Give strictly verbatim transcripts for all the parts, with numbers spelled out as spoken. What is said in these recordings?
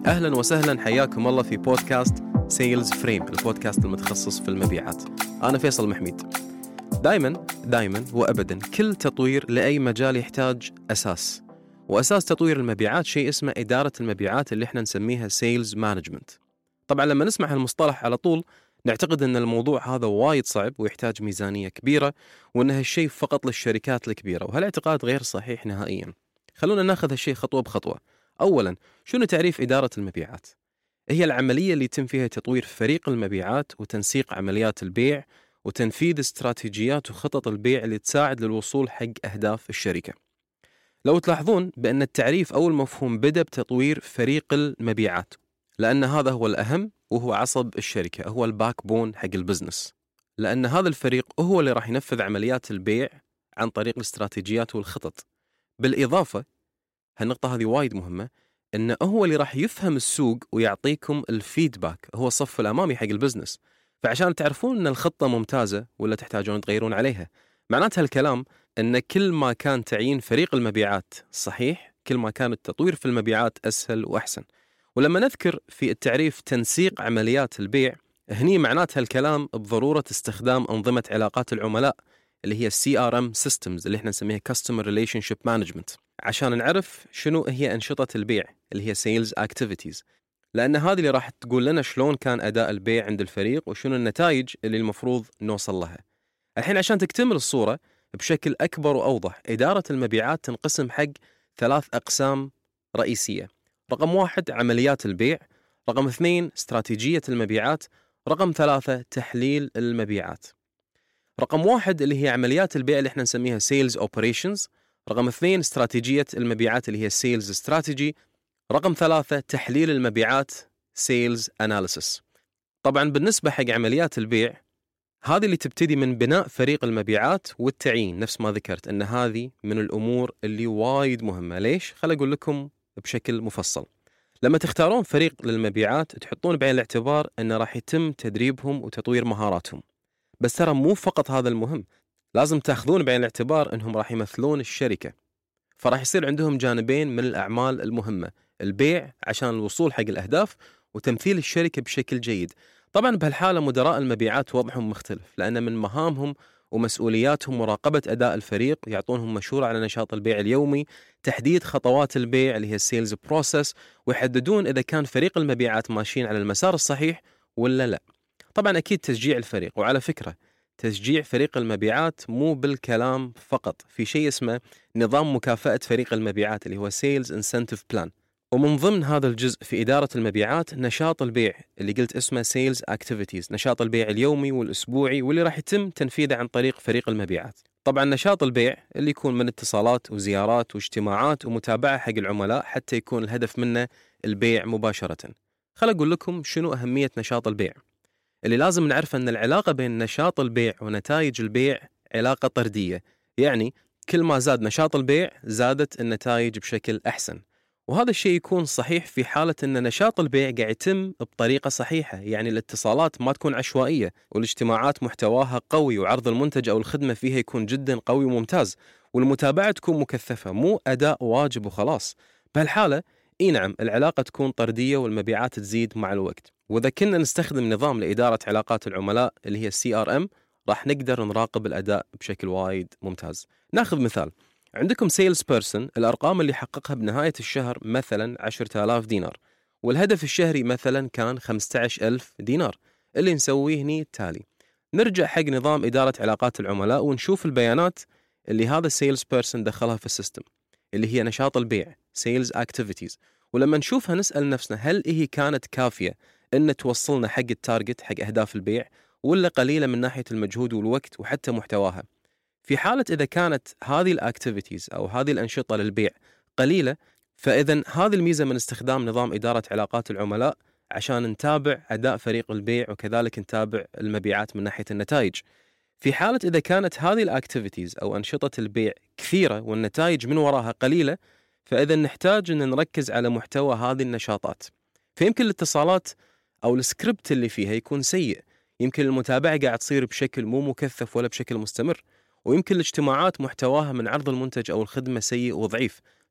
أهلا وسهلا، حياكم الله في بودكاست سيلز فريم، البودكاست المتخصص في المبيعات. أنا فيصل محميد. دايما دايما وأبدا كل تطوير لأي مجال يحتاج أساس، وأساس تطوير المبيعات شيء اسمه إدارة المبيعات اللي احنا نسميها سيلز مانجمنت. طبعا لما نسمع هالمصطلح على طول نعتقد أن الموضوع هذا وايد صعب ويحتاج ميزانية كبيرة، وأن هالشيء فقط للشركات الكبيرة، وهالاعتقاد غير صحيح نهائيا. خلونا ناخذ هالشيء خطوة بخطوة. أولا، شنو تعريف إدارة المبيعات؟ هي العملية اللي يتم فيها تطوير فريق المبيعات وتنسيق عمليات البيع وتنفيذ استراتيجيات وخطط البيع اللي تساعد للوصول حق أهداف الشركة. لو تلاحظون بأن التعريف أو المفهوم بدأ بتطوير فريق المبيعات، لأن هذا هو الأهم وهو عصب الشركة، هو الباك بون حق البزنس، لأن هذا الفريق هو اللي راح ينفذ عمليات البيع عن طريق الاستراتيجيات والخطط. بالإضافة، هالنقطة هذه وايد مهمة، إنه هو اللي راح يفهم السوق ويعطيكم الفيدباك، هو الصف الأمامي حق البزنس. فعشان تعرفون إن الخطة ممتازة ولا تحتاجون تغيرون عليها. معنات هالكلام إن كل ما كان تعيين فريق المبيعات صحيح، كل ما كان التطوير في المبيعات أسهل وأحسن. ولما نذكر في التعريف تنسيق عمليات البيع، هني معنات هالكلام بضرورة استخدام أنظمة علاقات العملاء اللي هي سي آر إم Systems اللي احنا نسميها Customer Relationship Management، عشان نعرف شنو هي أنشطة البيع اللي هي Sales Activities، لأن هذه اللي راح تقول لنا شلون كان أداء البيع عند الفريق وشنو النتائج اللي المفروض نوصل لها. الحين عشان تكتمل الصورة بشكل أكبر وأوضح، إدارة المبيعات تنقسم حق ثلاث أقسام رئيسية. رقم واحد عمليات البيع، رقم اثنين استراتيجية المبيعات، رقم ثلاثة تحليل المبيعات. رقم واحد اللي هي عمليات البيع اللي احنا نسميها Sales Operations، رقم اثنين استراتيجية المبيعات اللي هي Sales Strategy، رقم ثلاثة تحليل المبيعات Sales Analysis. طبعا بالنسبة حق عمليات البيع، هذه اللي تبتدي من بناء فريق المبيعات والتعيين، نفس ما ذكرت أن هذه من الأمور اللي وايد مهمة. ليش؟ خل أقول لكم بشكل مفصل. لما تختارون فريق للمبيعات تحطون بعين الاعتبار أنه راح يتم تدريبهم وتطوير مهاراتهم، بس ترى مو فقط هذا المهم، لازم تأخذون بعين الاعتبار أنهم راح يمثلون الشركة، فراح يصير عندهم جانبين من الأعمال المهمة، البيع عشان الوصول حق الأهداف وتمثيل الشركة بشكل جيد. طبعا بهالحالة مدراء المبيعات وضعهم مختلف، لأن من مهامهم ومسؤولياتهم مراقبة أداء الفريق، يعطونهم مشورة على نشاط البيع اليومي، تحديد خطوات البيع اللي هي السيلز بروسس، ويحددون إذا كان فريق المبيعات ماشيين على المسار الصحيح ولا لا. طبعا أكيد تشجيع الفريق، وعلى فكرة تشجيع فريق المبيعات مو بالكلام فقط، في شيء اسمه نظام مكافأة فريق المبيعات اللي هو Sales Incentive Plan. ومن ضمن هذا الجزء في إدارة المبيعات نشاط البيع اللي قلت اسمه Sales Activities، نشاط البيع اليومي والأسبوعي واللي راح يتم تنفيذه عن طريق فريق المبيعات. طبعا نشاط البيع اللي يكون من اتصالات وزيارات واجتماعات ومتابعة حق العملاء حتى يكون الهدف منه البيع مباشرة. خل أقول لكم شنو أهمية نشاط البيع. اللي لازم نعرف أن العلاقة بين نشاط البيع ونتائج البيع علاقة طردية، يعني كل ما زاد نشاط البيع زادت النتائج بشكل أحسن. وهذا الشيء يكون صحيح في حالة أن نشاط البيع قاعد يتم بطريقة صحيحة، يعني الاتصالات ما تكون عشوائية، والاجتماعات محتواها قوي، وعرض المنتج أو الخدمة فيها يكون جدا قوي وممتاز، والمتابعة تكون مكثفة، مو أداء واجب وخلاص. بهالحالة إي نعم العلاقة تكون طردية والمبيعات تزيد مع الوقت. وإذا كنا نستخدم نظام لإدارة علاقات العملاء اللي هي سي آر إم، راح نقدر نراقب الأداء بشكل وايد ممتاز. ناخذ مثال، عندكم سيلز بيرسون الأرقام اللي حققها بنهاية الشهر مثلا عشرة آلاف دينار، والهدف الشهري مثلا كان خمسة عشر ألف دينار. اللي نسويه هني التالي، نرجع حق نظام إدارة علاقات العملاء ونشوف البيانات اللي هذا السيلز بيرسون دخلها في السيستم اللي هي نشاط البيع Sales Activities، ولما نشوفها نسأل نفسنا هل هي كانت كافية أن توصلنا حق التارجت حق أهداف البيع، ولا قليلة من ناحية المجهود والوقت وحتى محتواها. في حالة إذا كانت هذه الأكتيفيتيز أو هذه الأنشطة للبيع قليلة، فإذن هذه الميزة من استخدام نظام إدارة علاقات العملاء عشان نتابع أداء فريق البيع وكذلك نتابع المبيعات من ناحية النتائج. في حالة إذا كانت هذه الأكتيفيتيز أو أنشطة البيع كثيرة والنتائج من وراها قليلة، فإذا نحتاج أن نركز على محتوى هذه النشاطات. فيمكن الاتصالات أو السكريبت اللي فيها يكون سيء، يمكن المتابعة قاعد تصير بشكل مو مكثف ولا بشكل مستمر، ويمكن الاجتماعات محتواها من عرض المنتج أو الخدمة سيء وضعيف.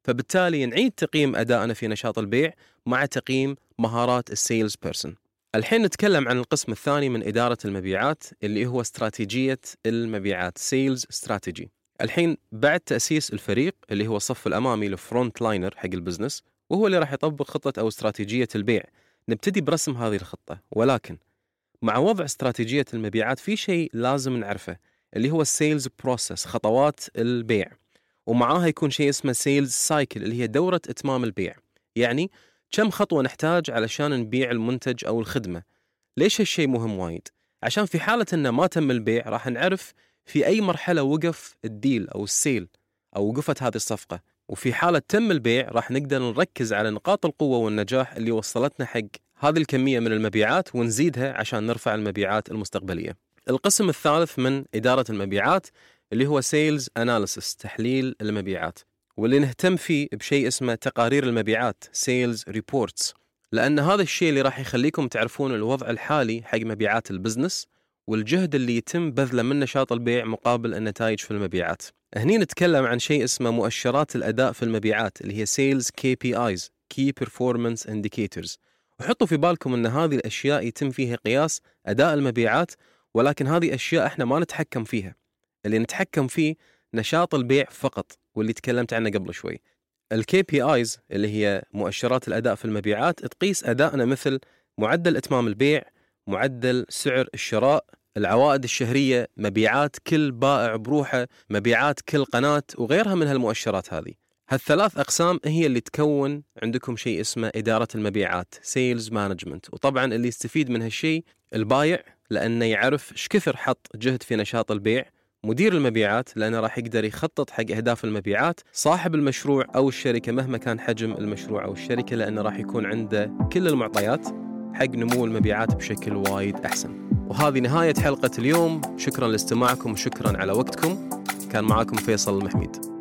فبالتالي نعيد تقييم أدائنا في نشاط البيع مع تقييم مهارات السيلز بيرسون. الحين نتكلم عن القسم الثاني من إدارة المبيعات اللي هو استراتيجية المبيعات سيلز استراتيجي. الحين بعد تأسيس الفريق اللي هو الصف الأمامي الفرونت لاينر حق البزنس، وهو اللي راح يطبق خطة أو استراتيجية البيع، نبتدي برسم هذه الخطة. ولكن مع وضع استراتيجية المبيعات في شيء لازم نعرفه اللي هو السيلز بروسس، خطوات البيع، ومعاها يكون شيء اسمه سيلز سايكل اللي هي دورة إتمام البيع. يعني كم خطوة نحتاج علشان نبيع المنتج أو الخدمة. ليش هالشيء مهم وايد؟ عشان في حالة أنه ما تم البيع راح نعرف في أي مرحلة وقف الديل أو السيل أو وقفت هذه الصفقة، وفي حالة تم البيع راح نقدر نركز على نقاط القوة والنجاح اللي وصلتنا حق هذه الكمية من المبيعات ونزيدها عشان نرفع المبيعات المستقبلية. القسم الثالث من إدارة المبيعات اللي هو سيلز أناليسيس، تحليل المبيعات، واللي نهتم فيه بشيء اسمه تقارير المبيعات سيلز ريبورتس، لأن هذا الشيء اللي راح يخليكم تعرفون الوضع الحالي حق مبيعات البزنس والجهد اللي يتم بذله من نشاط البيع مقابل النتائج في المبيعات. هني نتكلم عن شيء اسمه مؤشرات الأداء في المبيعات اللي هي Sales كي بي آيز Key Performance Indicators. وحطوا في بالكم أن هذه الأشياء يتم فيها قياس أداء المبيعات، ولكن هذه أشياء إحنا ما نتحكم فيها. اللي نتحكم فيه نشاط البيع فقط، واللي تكلمت عنه قبل شوي. الكي بي آيز اللي هي مؤشرات الأداء في المبيعات تقيس أدائنا مثل معدل إتمام البيع، معدل سعر الشراء، العوائد الشهرية، مبيعات كل بائع بروحه، مبيعات كل قناة، وغيرها من هالمؤشرات هذه. هالثلاث أقسام هي اللي تكون عندكم شيء اسمه إدارة المبيعات Sales Management. وطبعا اللي يستفيد من هالشيء البايع لأنه يعرف إيش كثر حط جهد في نشاط البيع، مدير المبيعات لأنه راح يقدر يخطط حق أهداف المبيعات، صاحب المشروع أو الشركة مهما كان حجم المشروع أو الشركة لأنه راح يكون عنده كل المعطيات حق نمو المبيعات بشكل وايد أحسن. وهذه نهاية حلقة اليوم. شكرا لاستماعكم وشكرا على وقتكم. كان معاكم فيصل المحميد.